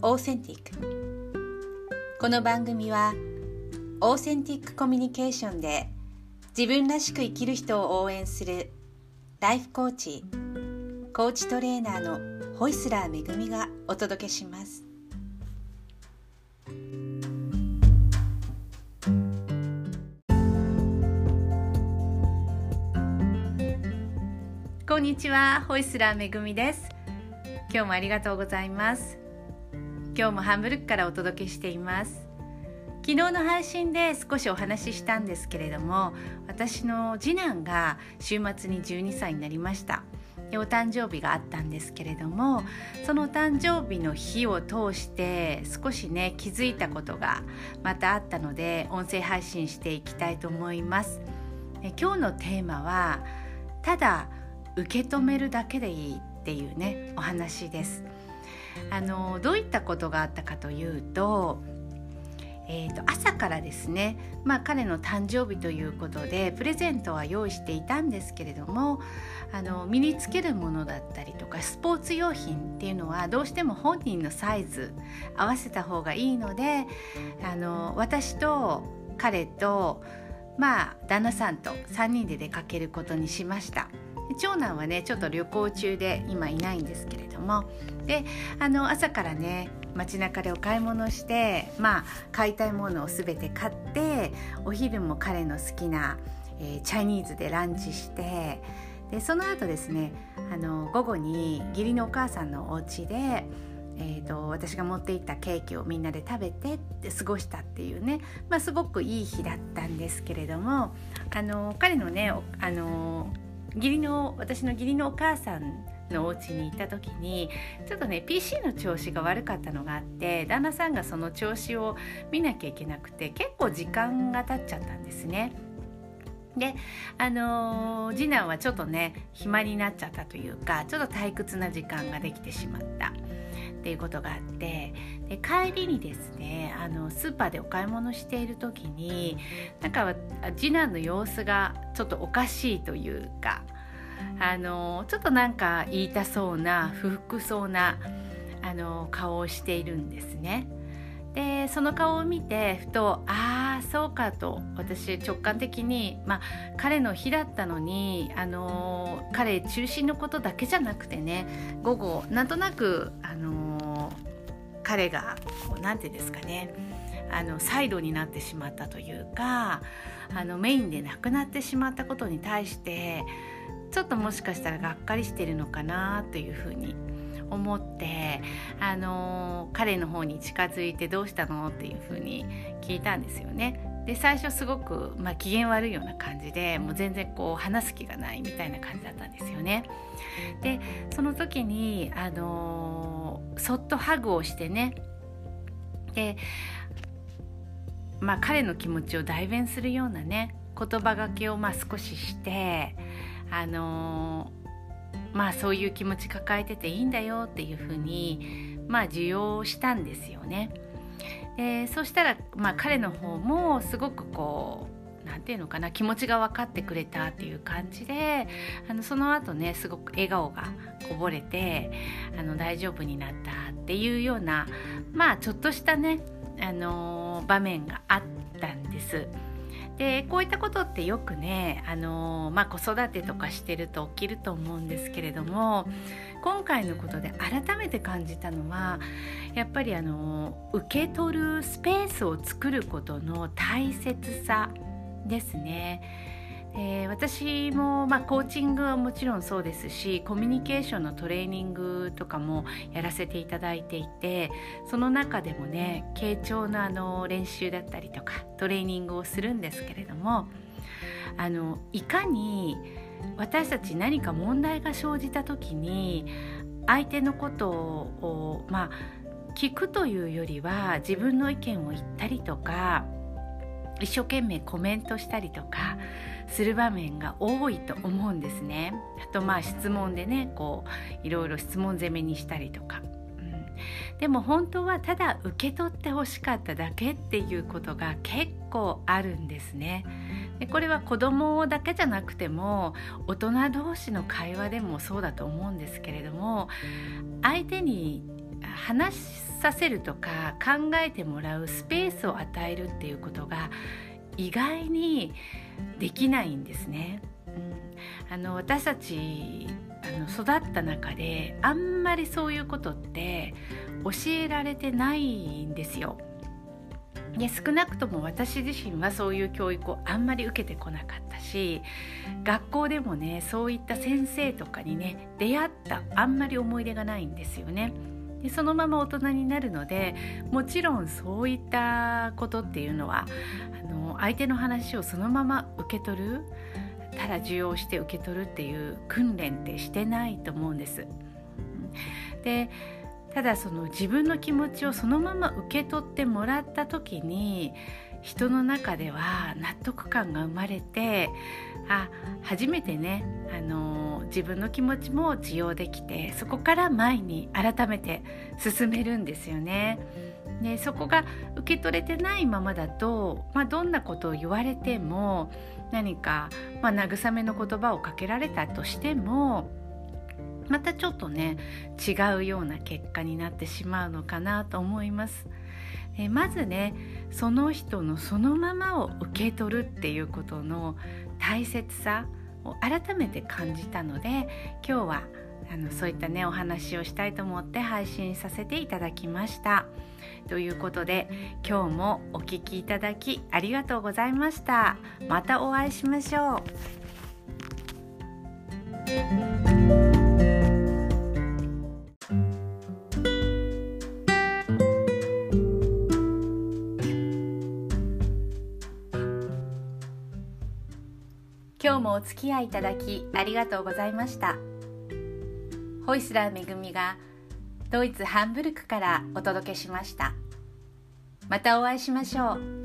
オーセンティック。この番組はオーセンティックコミュニケーションで自分らしく生きる人を応援するライフコーチ、コーチトレーナーのホイスラーめぐみがお届けします。こんにちは、ホイスラーめぐみです。今日もありがとうございます。今日もハンブルクからお届けしています。昨日の配信で少しお話ししたんですけれども、私の次男が週末に12歳になりました。でお誕生日があったんですけれども、そのお誕生日の日を通して少しね気づいたことがまたあったので、音声配信していきたいと思います。今日のテーマはただ受け止めるだけでいいっていうねお話です。どういったことがあったかというと、朝からですね、彼の誕生日ということでプレゼントは用意していたんですけれども、身につけるものだったりとかスポーツ用品っていうのはどうしても本人のサイズ合わせた方がいいので、私と彼と旦那さんと3人で出かけることにしました。長男はねちょっと旅行中で今いないんですけれども、で朝からね街中でお買い物して、買いたいものをすべて買って、お昼も彼の好きな、チャイニーズでランチして、でその後ですね午後に義理のお母さんのお家で、私が持っていったケーキをみんなで食べてって過ごしたっていうね、すごくいい日だったんですけれども、彼のね私の義理のお母さんのお家に行った時にちょっとね PC の調子が悪かったのがあって、旦那さんがその調子を見なきゃいけなくて結構時間が経っちゃったんですね。で次男はちょっとね暇になっちゃったというか、ちょっと退屈な時間ができてしまったっていうことがあって、で帰りにですねスーパーでお買い物している時に次男の様子がちょっとおかしいというか、ちょっと言いたそうな不服そうな顔をしているんですね。でその顔を見てふとそうかと、私直感的に、彼の日だったのに彼中心のことだけじゃなくてね、午後なんとなく彼がなんていうんですかね、サイドになってしまったというか、メインでなくなってしまったことに対してちょっともしかしたらがっかりしてるのかなというふうに思って、彼の方に近づいてどうしたのっていうふうに聞いたんですよね。で最初すごく、機嫌悪いような感じで、もう全然話す気がないみたいな感じだったんですよね。でその時にそっとハグをしてね、で彼の気持ちを代弁するようなね言葉がけを少ししてそういう気持ち抱えてていいんだよっていうふうに受容したんですよね。でそうしたら、彼の方もすごくなんていうのかな、気持ちが分かってくれたっていう感じで、その後ねすごく笑顔がこぼれて大丈夫になったっていうようなちょっとしたね場面があったんです。でこういったことってよくね子育てとかしてると起きると思うんですけれども、今回のことで改めて感じたのはやっぱり受け取るスペースを作ることの大切さですね。私も、コーチングはもちろんそうですし、コミュニケーションのトレーニングとかもやらせていただいていて、その中でもね傾聴の練習だったりとかトレーニングをするんですけれども、いかに私たち何か問題が生じた時に相手のことを、聞くというよりは自分の意見を言ったりとか一生懸命コメントしたりとかする場面が多いと思うんですね。あと質問でねいろいろ質問攻めにしたりとか、でも本当はただ受け取ってほしかっただけっていうことが結構あるんですね。でこれは子供だけじゃなくても大人同士の会話でもそうだと思うんですけれども、相手に話させるとか考えてもらうスペースを与えるっていうことが意外にできないんですね。私たち育った中であんまりそういうことって教えられてないんですよ。で、少なくとも私自身はそういう教育をあんまり受けてこなかったし、学校でもねそういった先生とかにね出会ったあんまり思い出がないんですよね。でそのまま大人になるので、もちろんそういったことっていうのは相手の話をそのまま受け取る、ただ受容して受け取るっていう訓練ってしてないと思うんです。でただその自分の気持ちをそのまま受け取ってもらった時に、人の中では納得感が生まれて、初めてね、自分の気持ちも受容できて、そこから前に改めて進めるんですよね。でそこが受け取れてないままだと、どんなことを言われても、何か、慰めの言葉をかけられたとしても、またちょっとね違うような結果になってしまうのかなと思います。まずね、その人のそのままを受け取るっていうことの大切さを改めて感じたので、今日はそういったねお話をしたいと思って配信させていただきました。ということで、今日もお聞きいただきありがとうございました。またお会いしましょう。今日もお付き合いいただきありがとうございました。ホイスラーめぐみがドイツハンブルクからお届けしました。またお会いしましょう。